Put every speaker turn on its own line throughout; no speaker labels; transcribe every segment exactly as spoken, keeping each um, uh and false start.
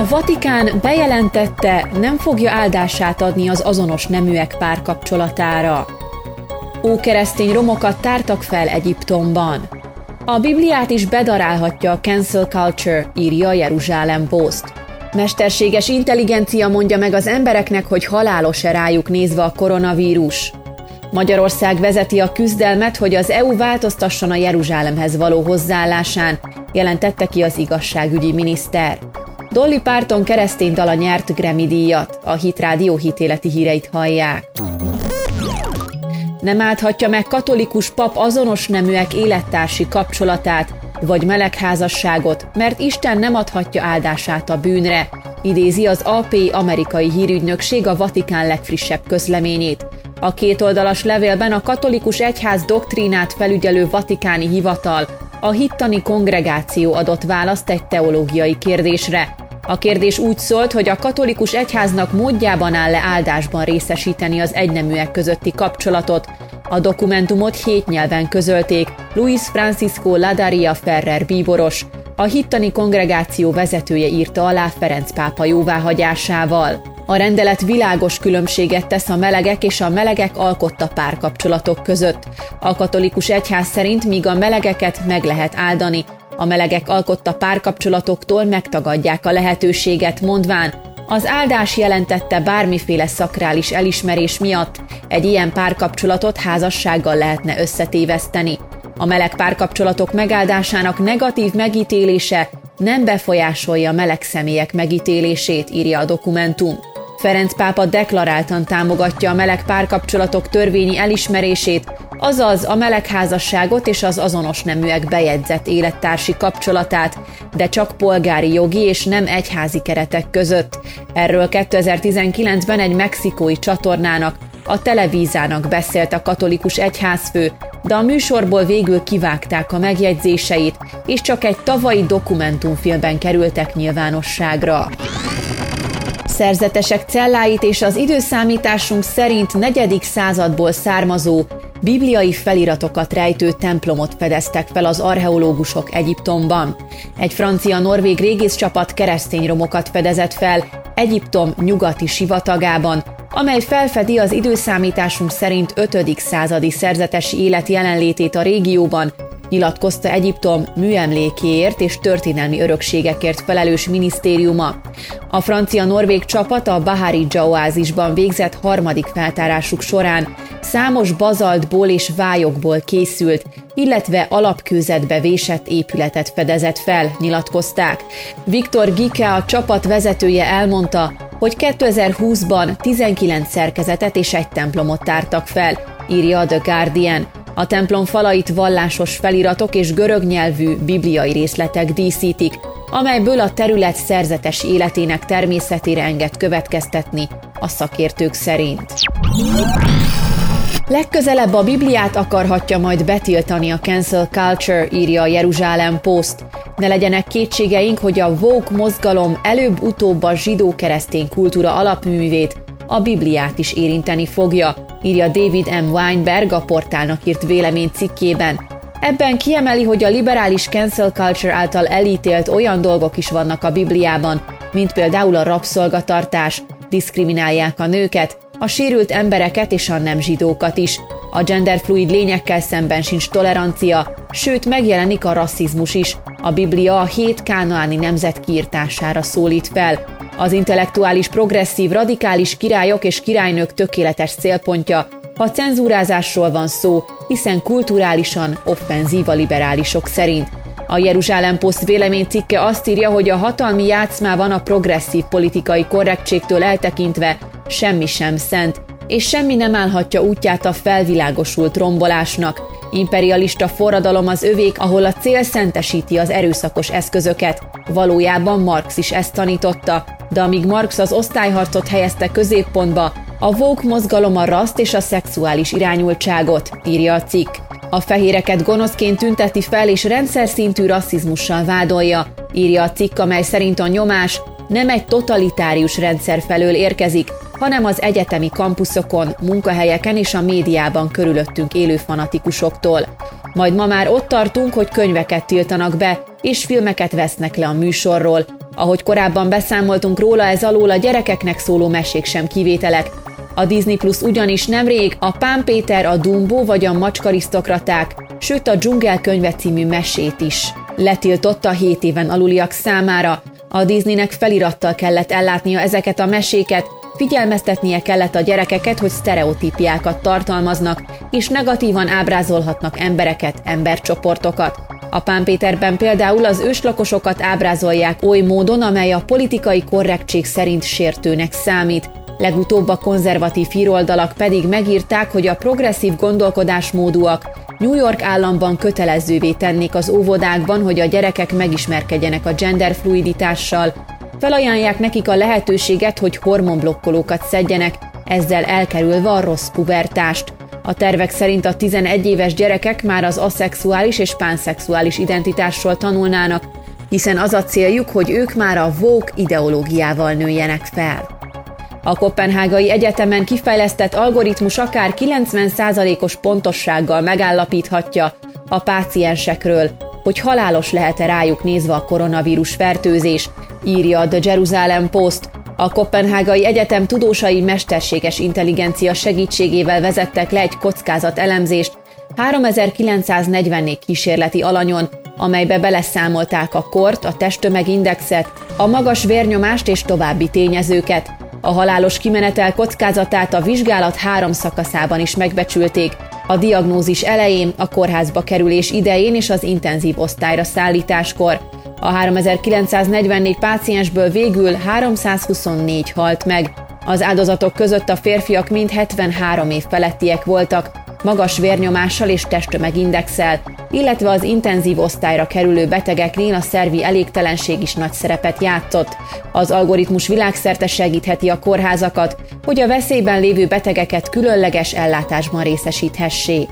A Vatikán bejelentette, nem fogja áldását adni az azonos neműek párkapcsolatára. Ókeresztény romokat tártak fel Egyiptomban. A Bibliát is bedarálhatja a cancel culture, írja a Jeruzsálem Post. Mesterséges intelligencia mondja meg az embereknek, hogy halálos-e rájuk nézve a koronavírus. Magyarország vezeti a küzdelmet, hogy az é u változtasson a Jeruzsálemhez való hozzáállásán, jelentette ki az igazságügyi miniszter. Dolly Parton keresztény dala nyert Grammy-díjat, a Hit Rádió hitéleti híreit hallják. Nem állthatja meg katolikus pap azonos neműek élettársi kapcsolatát, vagy melegházasságot, mert Isten nem adhatja áldását a bűnre, idézi az á pé amerikai hírügynökség a Vatikán legfrissebb közleményét. A kétoldalas levélben a katolikus egyház doktrínát felügyelő vatikáni hivatal, a hittani kongregáció adott választ egy teológiai kérdésre. A kérdés úgy szólt, hogy a katolikus egyháznak módjában áll-e áldásban részesíteni az egyneműek közötti kapcsolatot. A dokumentumot hét nyelven közölték Luis Francisco Ladaria Ferrer bíboros, a hittani kongregáció vezetője írta alá Ferenc pápa jóváhagyásával. A rendelet világos különbséget tesz a melegek és a melegek alkotta párkapcsolatok között. A katolikus egyház szerint míg a melegeket meg lehet áldani, a melegek alkotta párkapcsolatoktól megtagadják a lehetőséget, mondván, az áldás jelentette bármiféle szakrális elismerés miatt egy ilyen párkapcsolatot házassággal lehetne összetéveszteni. A meleg párkapcsolatok megáldásának negatív megítélése nem befolyásolja a meleg személyek megítélését, írja a dokumentum. Ferenc pápa deklaráltan támogatja a meleg párkapcsolatok törvényi elismerését, azaz a melegházasságot és az azonos neműek bejegyzett élettársi kapcsolatát, de csak polgári jogi és nem egyházi keretek között. Erről kétezer-tizenkilencben egy mexikói csatornának, a Televízának beszélt a katolikus egyházfő, de a műsorból végül kivágták a megjegyzéseit, és csak egy tavalyi dokumentumfilmben kerültek nyilvánosságra. Szerzetesek celláit és az időszámításunk szerint negyedik századból származó bibliai feliratokat rejtő templomot fedeztek fel az archeológusok Egyiptomban. Egy francia-norvég régészcsapat keresztény romokat fedezett fel Egyiptom nyugati sivatagában, amely felfedi az időszámításunk szerint ötödik századi szerzetesi élet jelenlétét a régióban, nyilatkozta Egyiptom műemlékéért és történelmi örökségekért felelős minisztériuma. A francia-norvég csapat a Baharija oázisban végzett harmadik feltárásuk során számos bazaltból és vályokból készült, illetve alapkőzetbe vésett épületet fedezett fel, nyilatkozták. Viktor Gike, a csapat vezetője elmondta, hogy kétezer-húszban tizenkilenc szerkezetet és egy templomot tártak fel, írja a The Guardian. A templom falait vallásos feliratok és görög nyelvű bibliai részletek díszítik, amelyből a terület szerzetes életének természetére enged következtetni a szakértők szerint. Legközelebb a Bibliát akarhatja majd betiltani a cancel culture, írja a Jeruzsálem Post. Ne legyenek kétségeink, hogy a woke mozgalom előbb-utóbb a zsidó-keresztény kultúra alapművét, a Bibliát is érinteni fogja, írja David M. Weinberg a portálnak írt véleménycikkében. Ebben kiemeli, hogy a liberális cancel culture által elítélt olyan dolgok is vannak a Bibliában, mint például a rabszolgatartás, diszkriminálják a nőket, a sérült embereket és a nem zsidókat is. A genderfluid lényekkel szemben sincs tolerancia, sőt megjelenik a rasszizmus is. A Biblia a hét kánaáni nemzet kiirtására szólít fel. Az intellektuális, progresszív, radikális királyok és királynők tökéletes célpontja, ha cenzúrázásról van szó, hiszen kulturálisan offenzív a liberálisok szerint. A Jeruzsálem Post véleménycikke azt írja, hogy a hatalmi játszmában a progresszív politikai korrektségtől eltekintve semmi sem szent, és semmi nem állhatja útját a felvilágosult rombolásnak. Imperialista forradalom az övék, ahol a cél szentesíti az erőszakos eszközöket. Valójában Marx is ezt tanította, de amíg Marx az osztályharcot helyezte középpontba, a woke mozgalom a raszt és a szexuális irányultságot, írja a cikk. A fehéreket gonoszként tünteti fel és rendszer szintű rasszizmussal vádolja, írja a cikk, amely szerint a nyomás nem egy totalitárius rendszer felől érkezik, hanem az egyetemi kampuszokon, munkahelyeken és a médiában körülöttünk élő fanatikusoktól. Majd ma már ott tartunk, hogy könyveket tiltanak be, és filmeket vesznek le a műsorról. Ahogy korábban beszámoltunk róla, ez alól a gyerekeknek szóló mesék sem kivételek. A Disney Plus ugyanis nemrég a Pán Péter, a Dumbo vagy a Macskarisztokraták, sőt a Dzsungelkönyve című mesét is letiltotta a hét éven aluliak számára. A Disneynek felirattal kellett ellátnia ezeket a meséket, figyelmeztetnie kellett a gyerekeket, hogy sztereotípiákat tartalmaznak, és negatívan ábrázolhatnak embereket, embercsoportokat. A Pán Péterben például az őslakosokat ábrázolják oly módon, amely a politikai korrektség szerint sértőnek számít. Legutóbb a konzervatív híroldalak pedig megírták, hogy a progresszív gondolkodásmódúak New York államban kötelezővé tennék az óvodákban, hogy a gyerekek megismerkedjenek a genderfluiditással. Felajánlják nekik a lehetőséget, hogy hormonblokkolókat szedjenek, ezzel elkerülve a rossz pubertást. A tervek szerint a tizenegy éves gyerekek már az aszexuális és pánszexuális identitásról tanulnának, hiszen az a céljuk, hogy ők már a woke ideológiával nőjenek fel. A Koppenhágai Egyetemen kifejlesztett algoritmus akár kilencven százalékos pontossággal megállapíthatja a páciensekről, hogy halálos lehet-e rájuk nézve a koronavírus fertőzés, írja a The Jerusalem Post. A Koppenhágai Egyetem tudósai mesterséges intelligencia segítségével vezettek le egy kockázatelemzést háromezer-kilencszáznegyvennégy kísérleti alanyon, amelybe beleszámolták a kort, a testtömegindexet, a magas vérnyomást és további tényezőket. A halálos kimenetel kockázatát a vizsgálat három szakaszában is megbecsülték, a diagnózis elején, a kórházba kerülés idején és az intenzív osztályra szállításkor. A háromezer-kilencszáznegyvennégy páciensből végül háromszázhuszonnégy halt meg. Az áldozatok között a férfiak mind hetvenhárom év felettiek voltak, magas vérnyomással és testtömegindexsel, illetve az intenzív osztályra kerülő betegeknél a szervi elégtelenség is nagy szerepet játszott. Az algoritmus világszerte segítheti a kórházakat, hogy a veszélyben lévő betegeket különleges ellátásban részesíthessék.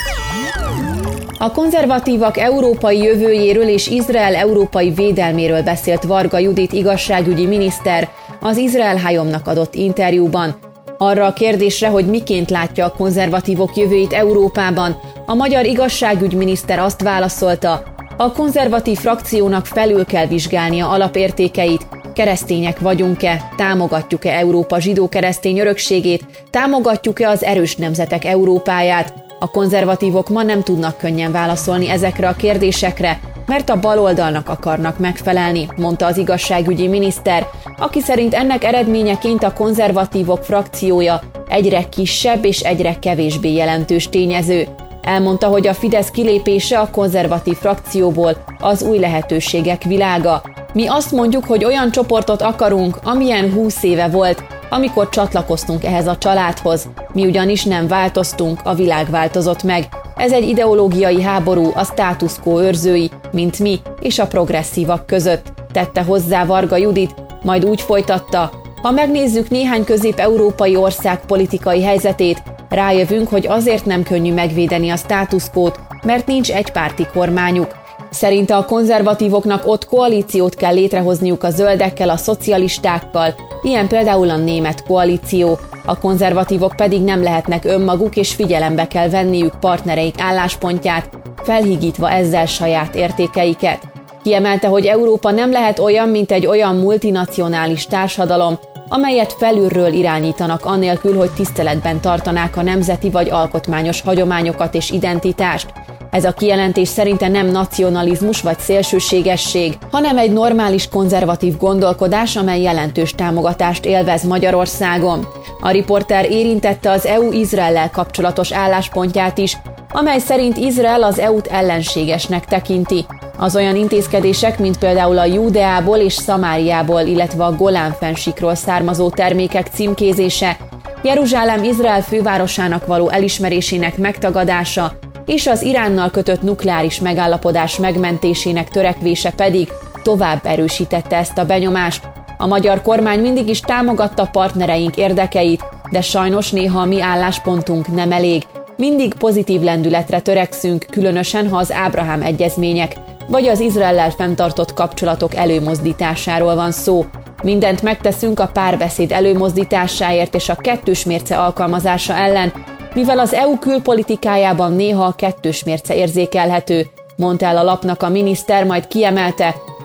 A konzervatívak európai jövőjéről és Izrael európai védelméről beszélt Varga Judit igazságügyi miniszter az Izrael Hayomnak adott interjúban. Arra a kérdésre, hogy miként látja a konzervatívok jövőjét Európában, a magyar igazságügyminiszter azt válaszolta, a konzervatív frakciónak felül kell vizsgálnia alapértékeit, keresztények vagyunk-e, támogatjuk-e Európa zsidó-keresztény örökségét, támogatjuk-e az erős nemzetek Európáját. A konzervatívok ma nem tudnak könnyen válaszolni ezekre a kérdésekre, mert a baloldalnak akarnak megfelelni, mondta az igazságügyi miniszter, aki szerint ennek eredményeként a konzervatívok frakciója egyre kisebb és egyre kevésbé jelentős tényező. Elmondta, hogy a Fidesz kilépése a konzervatív frakcióból az új lehetőségek világa. Mi azt mondjuk, hogy olyan csoportot akarunk, amilyen húsz éve volt, amikor csatlakoztunk ehhez a családhoz. Mi ugyanis nem változtunk, a világ változott meg. Ez egy ideológiai háború a status quo őrzői, mint mi, és a progresszívak között, tette hozzá Varga Judit, majd úgy folytatta, ha megnézzük néhány közép-európai ország politikai helyzetét, rájövünk, hogy azért nem könnyű megvédeni a status quót, mert nincs egypárti kormányuk. Szerinte a konzervatívoknak ott koalíciót kell létrehozniuk a zöldekkel, a szocialistákkal, ilyen például a német koalíció, a konzervatívok pedig nem lehetnek önmaguk, és figyelembe kell venniük partnereik álláspontját, felhigítva ezzel saját értékeiket. Kiemelte, hogy Európa nem lehet olyan, mint egy olyan multinacionális társadalom, amelyet felülről irányítanak anélkül, hogy tiszteletben tartanák a nemzeti vagy alkotmányos hagyományokat és identitást. Ez a kijelentés szerinte nem nacionalizmus vagy szélsőségesség, hanem egy normális konzervatív gondolkodás, amely jelentős támogatást élvez Magyarországon. A riporter érintette az é u-Izraellel kapcsolatos álláspontját is, amely szerint Izrael az é u-t ellenségesnek tekinti. Az olyan intézkedések, mint például a Júdeából és Szamáriából, illetve a Golán-fennsíkról származó termékek címkézése, Jeruzsálem Izrael fővárosának való elismerésének megtagadása és az Iránnal kötött nukleáris megállapodás megmentésének törekvése pedig tovább erősítette ezt a benyomást. A magyar kormány mindig is támogatta partnereink érdekeit, de sajnos néha a mi álláspontunk nem elég. Mindig pozitív lendületre törekszünk, különösen ha az Ábrahám egyezmények vagy az Izraellel fenntartott kapcsolatok előmozdításáról van szó. Mindent megteszünk a párbeszéd előmozdításáért és a kettős mérce alkalmazása ellen, mivel az é u külpolitikájában néha a kettős mérce érzékelhető, mondta el a lapnak a miniszter, majd kiemelte,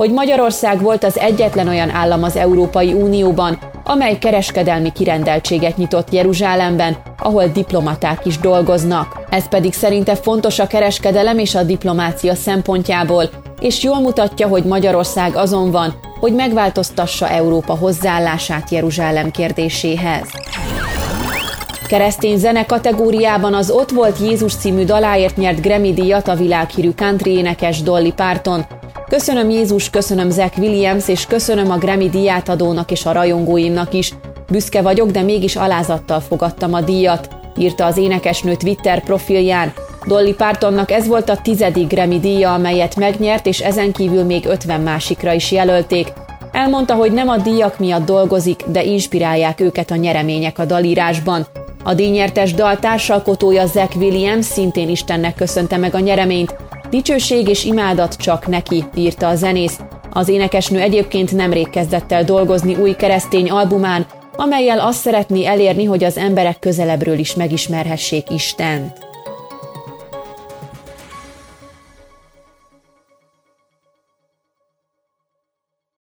hogy Magyarország volt az egyetlen olyan állam az Európai Unióban, amely kereskedelmi kirendeltséget nyitott Jeruzsálemben, ahol diplomaták is dolgoznak. Ez pedig szerinte fontos a kereskedelem és a diplomácia szempontjából, és jól mutatja, hogy Magyarország azon van, hogy megváltoztassa Európa hozzáállását Jeruzsálem kérdéséhez. Keresztény zene kategóriában az Ott volt Jézus című daláért nyert Grammy-díjat a világhírű country énekes Dolly Parton. Köszönöm Jézus, köszönöm Zach Williams, és köszönöm a Grammy díját adónak és a rajongóimnak is. Büszke vagyok, de mégis alázattal fogadtam a díjat, írta az énekesnő Twitter profilján. Dolly Partonnak ez volt a tizedik Grammy díja, amelyet megnyert, és ezen kívül még ötven másikra is jelölték. Elmondta, hogy nem a díjak miatt dolgozik, de inspirálják őket a nyeremények a dalírásban. A díjnyertes dal társalkotója Zach Williams szintén Istennek köszönte meg a nyereményt. Dicsőség és imádat csak neki, írta a zenész. Az énekesnő egyébként nemrég kezdett el dolgozni új keresztény albumán, amellyel azt szeretné elérni, hogy az emberek közelebbről is megismerhessék Istent.